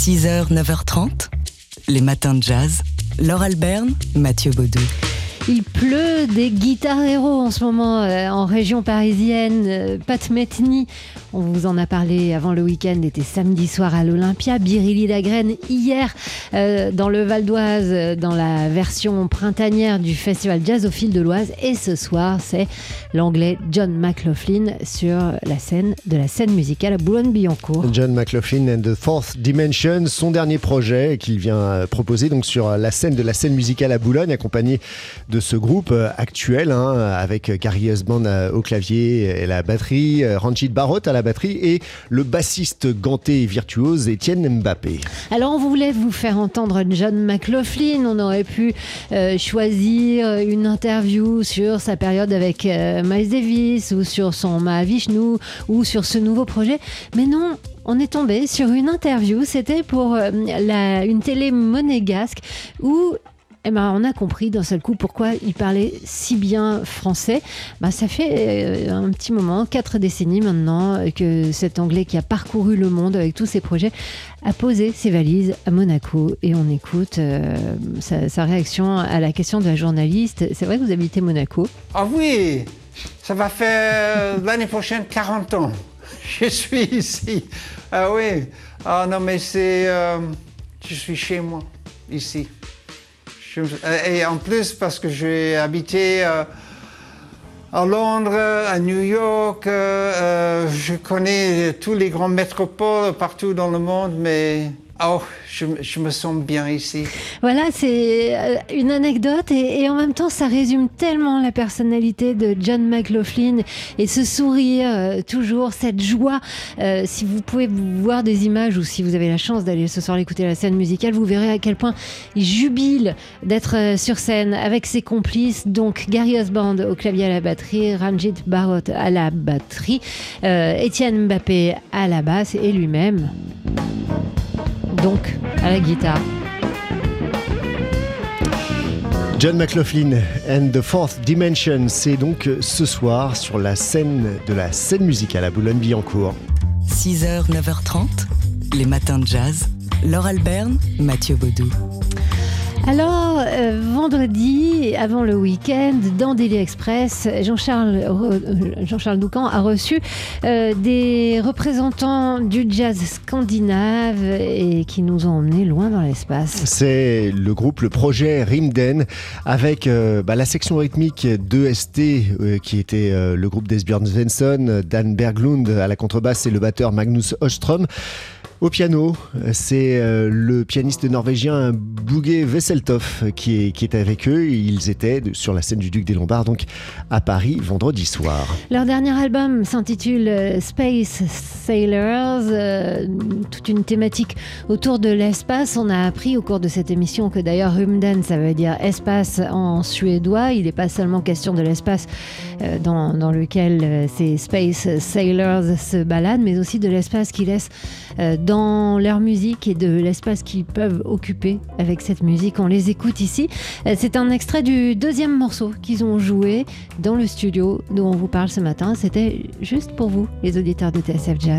6h, 9h30, les matins de jazz. Laure Alberne, Mathieu Baudou. Il pleut des guitares héros en ce moment en région parisienne. Pat Metheny, on vous en a parlé avant le week-end, était samedi soir à l'Olympia. Biréli Lagrène hier dans le Val d'Oise, dans la version printanière du festival Jazzophile de l'Oise. Et ce soir, c'est l'anglais John McLaughlin sur la scène de la scène musicale à Boulogne-Billancourt. John McLaughlin and the Fourth Dimension, son dernier projet qu'il vient proposer donc sur la scène de la scène musicale à Boulogne, accompagné de ce groupe actuel avec Gary Husband au clavier et la batterie, Ranjit Bharot à la batterie et le bassiste ganté et virtuose Etienne Mbappé. Alors on voulait vous faire entendre John McLaughlin, on aurait pu choisir une interview sur sa période avec Miles Davis ou sur son Mahavishnu ou sur ce nouveau projet, mais non. On est tombé sur une interview, c'était pour une télé monégasque où on a compris d'un seul coup pourquoi il parlait si bien français. Ça fait un petit moment, 4 décennies maintenant, que cet Anglais qui a parcouru le monde avec tous ses projets a posé ses valises à Monaco. Et on écoute sa réaction à la question de la journaliste. C'est vrai que vous habitez Monaco ? Ah oui, ça va faire l'année prochaine 40 ans. Je suis ici. Ah oui. Ah non, mais c'est... je suis chez moi, ici. Et en plus, parce que j'ai habité à Londres, à New York, je connais tous les grandes métropoles partout dans le monde, mais je me sens bien ici. Voilà, c'est une anecdote et en même temps, ça résume tellement la personnalité de John McLaughlin et ce sourire, toujours cette joie. Si vous pouvez voir des images ou si vous avez la chance d'aller ce soir écouter la scène musicale, vous verrez à quel point il jubile d'être sur scène avec ses complices. Donc Gary Husband au clavier à la batterie, Ranjit Bharot à la batterie, Etienne Mbappé à la basse et lui-même donc à la guitare. John McLaughlin and the Fourth Dimension, c'est donc ce soir sur la scène de la scène musicale à Boulogne-Billancourt. 6h, 9h30, les matins de jazz. Laure Alberne, Mathieu Baudou. Alors, vendredi, avant le week-end, dans Daily Express, Jean-Charles Doucan a reçu des représentants du jazz scandinave et qui nous ont emmenés loin dans l'espace. C'est le projet Rimden avec la section rythmique d'EST qui était le groupe d'Esbjørn Svensson, Dan Berglund à la contrebasse et le batteur Magnus Åström. Au piano, c'est le pianiste norvégien Bugge Wesseltoft qui est avec eux. Ils étaient sur la scène du Duc des Lombards, donc à Paris, vendredi soir. Leur dernier album s'intitule Space Sailors, toute une thématique autour de l'espace. On a appris au cours de cette émission que d'ailleurs Rymden, ça veut dire espace en suédois. Il n'est pas seulement question de l'espace dans lequel ces Space Sailors se baladent, mais aussi de l'espace qu'ils laissent dans leur musique et de l'espace qu'ils peuvent occuper avec cette musique. On les écoute ici. C'est un extrait du deuxième morceau qu'ils ont joué dans le studio dont on vous parle ce matin. C'était juste pour vous, les auditeurs de TSF Jazz.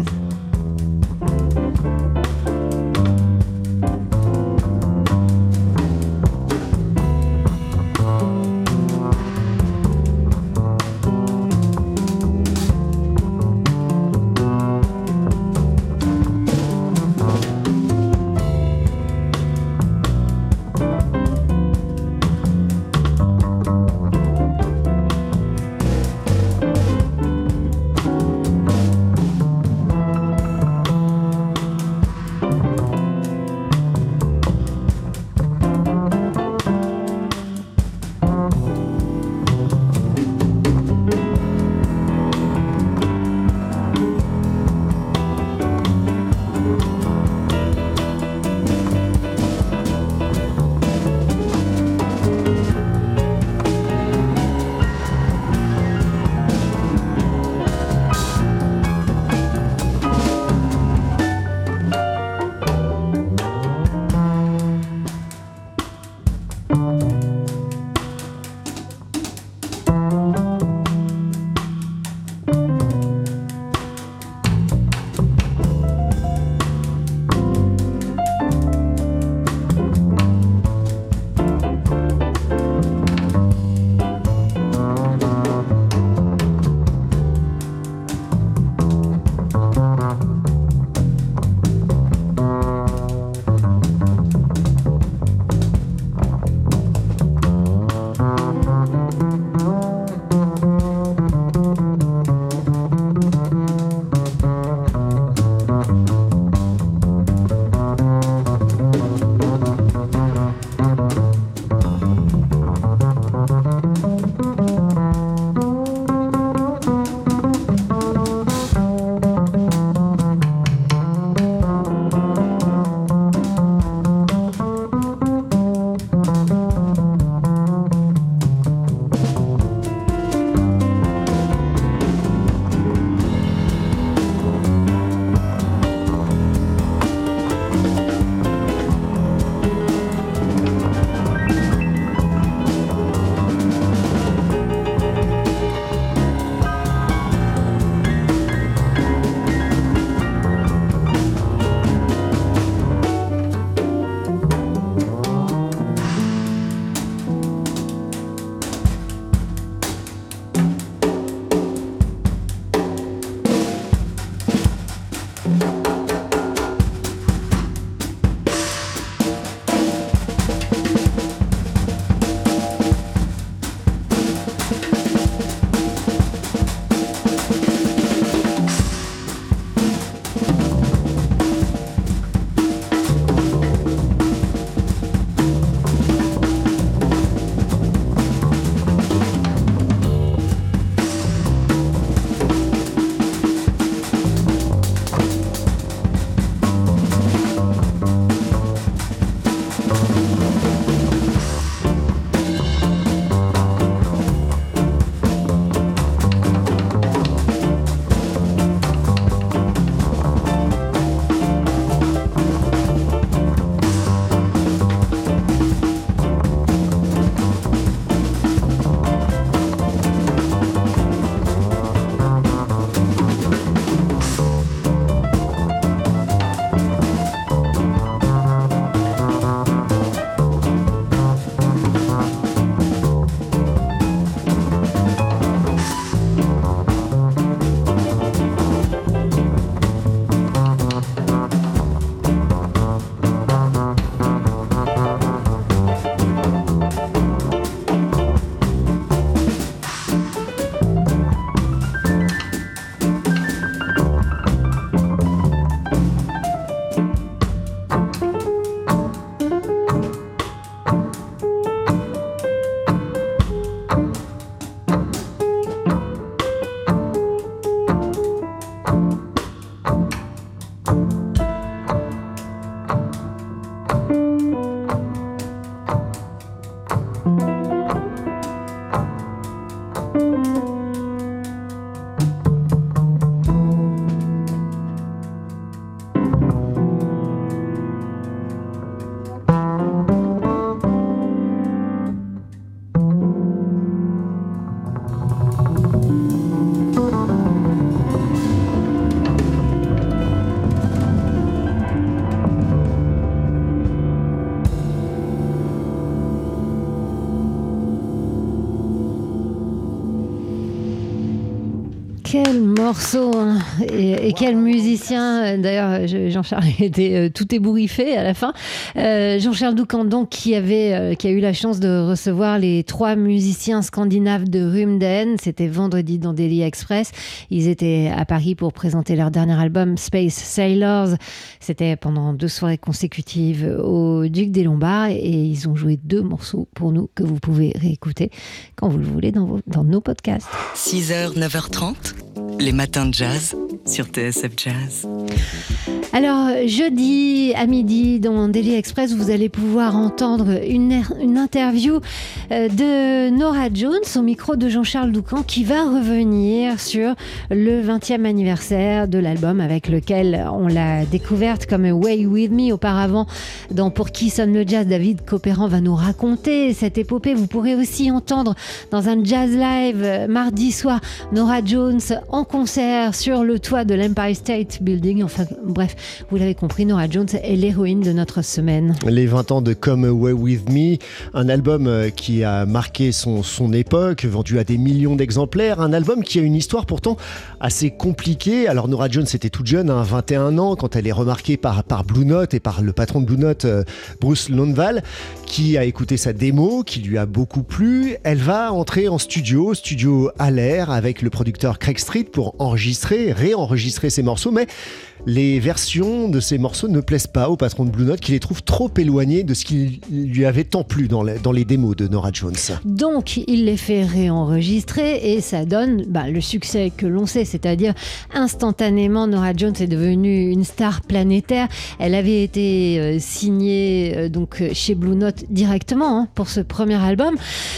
Quel morceau, hein. Et quel musicien. D'ailleurs, Jean-Charles était tout ébouriffé à la fin. Jean-Charles Doucan, donc, qui a eu la chance de recevoir les 3 musiciens scandinaves de Rymden. C'était vendredi dans Daily Express. Ils étaient à Paris pour présenter leur dernier album Space Sailors. C'était pendant 2 soirées consécutives au Duc des Lombards et ils ont joué 2 morceaux pour nous que vous pouvez réécouter quand vous le voulez dans nos podcasts. 6h, 9h30, les matins de jazz sur TSF Jazz. Alors, jeudi à midi, dans Daily Express, vous allez pouvoir entendre une interview de Norah Jones au micro de Jean-Charles Doucan qui va revenir sur le 20e anniversaire de l'album avec lequel on l'a découverte comme Way With Me auparavant. Dans Pour qui sonne le jazz, David Copéran va nous raconter cette épopée. Vous pourrez aussi entendre dans un jazz live mardi soir Norah Jones en concert sur le toit de l'Empire State Building. Enfin, bref, vous l'avez compris, Norah Jones est l'héroïne de notre semaine. Les 20 ans de Come Away With Me, un album qui a marqué son époque, vendu à des millions d'exemplaires, un album qui a une histoire pourtant assez compliquée. Alors Norah Jones était toute jeune, 21 ans, quand elle est remarquée par Blue Note et par le patron de Blue Note, Bruce Lundvall, qui a écouté sa démo, qui lui a beaucoup plu. Elle va entrer en studio à l'air avec le producteur Craig Street pour réenregistrer ses morceaux, mais les versions de ces morceaux ne plaisent pas au patron de Blue Note qui les trouve trop éloignés de ce qui lui avait tant plu dans les démos de Norah Jones. Donc il les fait réenregistrer et ça donne le succès que l'on sait, c'est-à-dire instantanément Norah Jones est devenue une star planétaire. Elle avait été signée chez Blue Note directement pour ce premier album.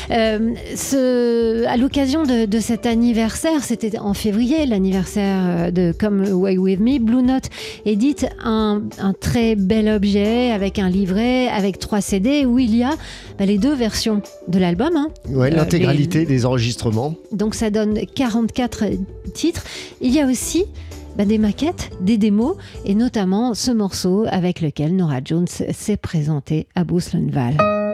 À l'occasion de cet anniversaire, c'était en février, l'anniversaire de Come Away With Me, Blue Note édite un très bel objet avec un livret, avec 3 CD où il y a les 2 versions de l'album. Ouais, l'intégralité des enregistrements. Donc ça donne 44 titres. Il y a aussi des maquettes, des démos et notamment ce morceau avec lequel Norah Jones s'est présentée à Bruce Lundvall.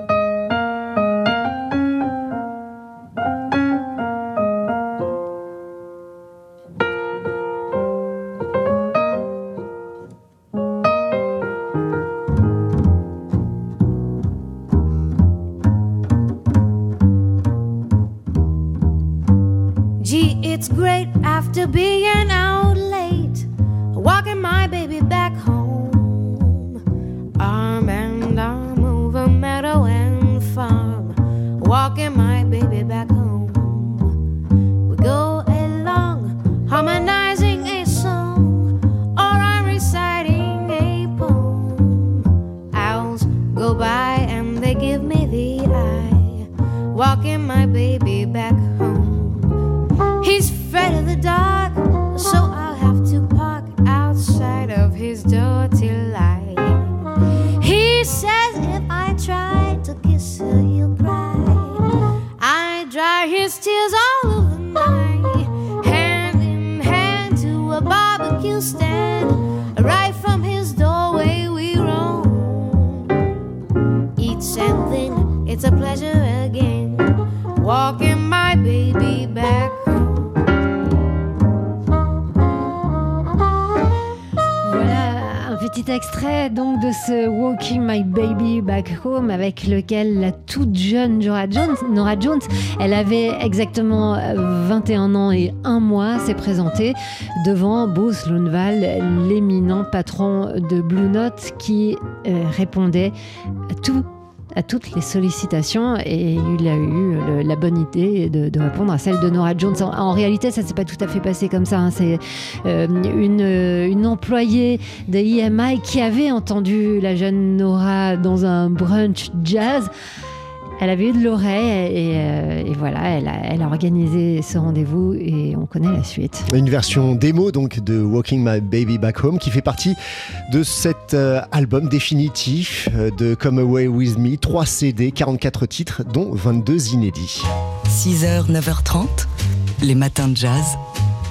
It's great after being out late, walking my baby back home. Arm in arm over meadow and farm, walking my baby back home. We go along, harmonizing a song, or I'm reciting a poem. Owls go by and they give me the eye, walking my baby back home. He's afraid of the dark, so I'll have to park outside of his door till I. He says if I try to kiss her, he'll cry. I dry his tears all over the night, hand in hand to a barbecue stand. Right from his doorway we roam. Eat something, it's a pleasure again, walking my baby back home. Petit extrait donc de ce Walking My Baby Back Home avec lequel la toute jeune Norah Jones, elle avait exactement 21 ans et 1 mois, s'est présentée devant Bruce Lundvall, l'éminent patron de Blue Note qui répondait à toutes les sollicitations et il a eu la bonne idée de répondre à celle de Norah Jones. En réalité, ça ne s'est pas tout à fait passé comme ça. C'est une employée de EMI qui avait entendu la jeune Norah dans un brunch jazz. Elle avait eu de l'oreille et voilà, elle a organisé ce rendez-vous et on connaît la suite. Une version démo donc de Walking My Baby Back Home qui fait partie de cet album définitif de Come Away With Me, 3 CD, 44 titres dont 22 inédits. 6h, 9h30, les matins de jazz.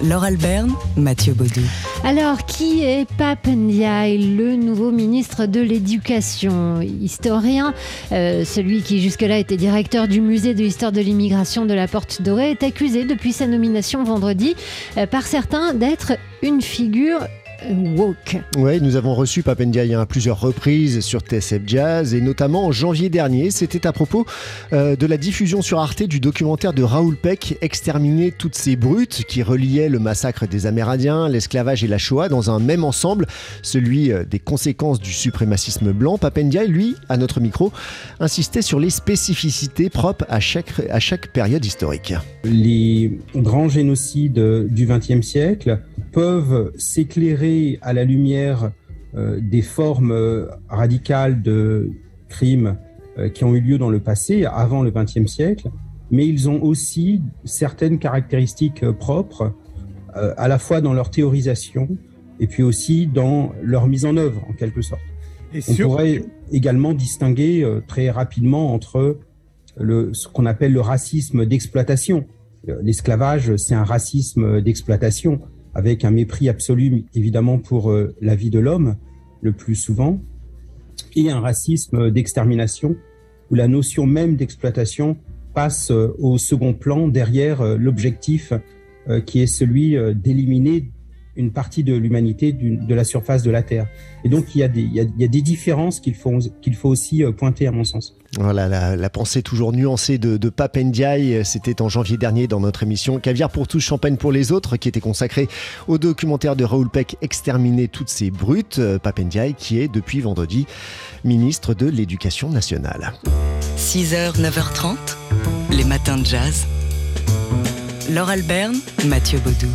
Laure Alberne, Mathieu Baudou. Alors, qui est Pap Ndiaye, le nouveau ministre de l'Éducation? Historien, celui qui jusque-là était directeur du musée de l'histoire de l'immigration de la Porte Dorée, est accusé depuis sa nomination vendredi par certains d'être une figure woke. Oui, nous avons reçu Pap Ndiaye à plusieurs reprises sur TSF Jazz et notamment en janvier dernier. C'était à propos de la diffusion sur Arte du documentaire de Raoul Peck, Exterminer toutes ces brutes, qui reliait le massacre des Amérindiens, l'esclavage et la Shoah dans un même ensemble, celui des conséquences du suprémacisme blanc. Pap Ndiaye, lui, à notre micro, insistait sur les spécificités propres à chaque période historique. Les grands génocides du XXe siècle peuvent s'éclairer à la lumière des formes radicales de crimes qui ont eu lieu dans le passé, avant le XXe siècle, mais ils ont aussi certaines caractéristiques propres, à la fois dans leur théorisation et puis aussi dans leur mise en œuvre, en quelque sorte. On pourrait également distinguer très rapidement entre ce qu'on appelle le racisme d'exploitation. L'esclavage, c'est un racisme d'exploitation, avec un mépris absolu, évidemment, pour la vie de l'homme, le plus souvent, et un racisme d'extermination, où la notion même d'exploitation passe au second plan, derrière l'objectif qui est celui d'éliminer une partie de l'humanité de la surface de la Terre. Et donc, il y a des différences qu'il faut aussi pointer, à mon sens. Voilà, la pensée toujours nuancée de Pap Ndiaye, c'était en janvier dernier dans notre émission Caviar pour tous, champagne pour les autres, qui était consacrée au documentaire de Raoul Peck, Exterminer toutes ces brutes. Pap Ndiaye qui est depuis vendredi ministre de l'Éducation nationale. 6h, 9h30, les matins de jazz. Laure Alberne, Mathieu Baudou.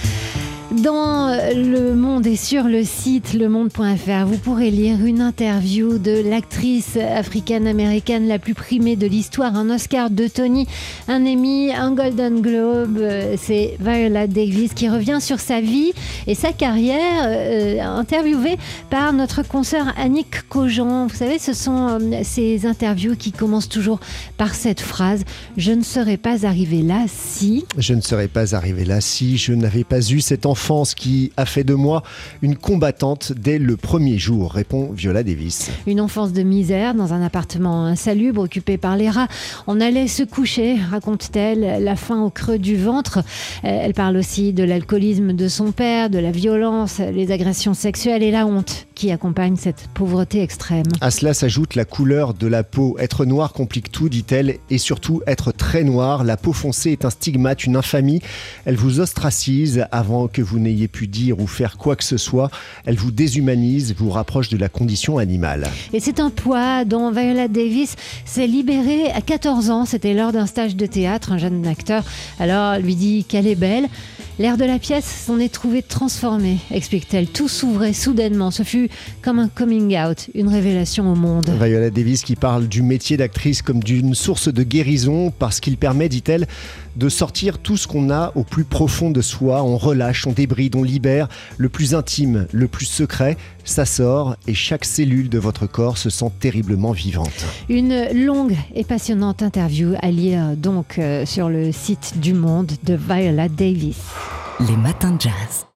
Dans Le Monde et sur le site lemonde.fr, vous pourrez lire une interview de l'actrice africaine-américaine la plus primée de l'histoire, un Oscar, 2 Tony, un Emmy, un Golden Globe. C'est Viola Davis qui revient sur sa vie et sa carrière, interviewée par notre consoeur Annick Cogent. Vous savez, ce sont ces interviews qui commencent toujours par cette phrase « Je ne serais pas arrivée là si… » Je ne serais pas arrivée là si je n'avais pas eu cet enfance qui a fait de moi une combattante dès le premier jour, répond Viola Davis. Une enfance de misère dans un appartement insalubre occupé par les rats. On allait se coucher, raconte-t-elle, la faim au creux du ventre. Elle parle aussi de l'alcoolisme de son père, de la violence, les agressions sexuelles et la honte qui accompagne cette pauvreté extrême. À cela s'ajoute la couleur de la peau. Être noir complique tout, dit-elle, et surtout être très noir. La peau foncée est un stigmate, une infamie. Elle vous ostracise avant que vous n'ayez pu dire ou faire quoi que ce soit. Elle vous déshumanise, vous rapproche de la condition animale. Et c'est un poids dont Viola Davis s'est libérée à 14 ans. C'était lors d'un stage de théâtre. Un jeune acteur alors lui dit qu'elle est belle. L'air de la pièce s'en est trouvé transformé, explique-t-elle. Tout s'ouvrait soudainement. Ce fut comme un coming out, une révélation au monde. Viola Davis qui parle du métier d'actrice comme d'une source de guérison parce qu'il permet, dit-elle, de sortir tout ce qu'on a au plus profond de soi. On relâche, on débride, on libère. Le plus intime, le plus secret, ça sort et chaque cellule de votre corps se sent terriblement vivante. Une longue et passionnante interview à lire donc sur le site du Monde de Viola Davis. Les matins de jazz.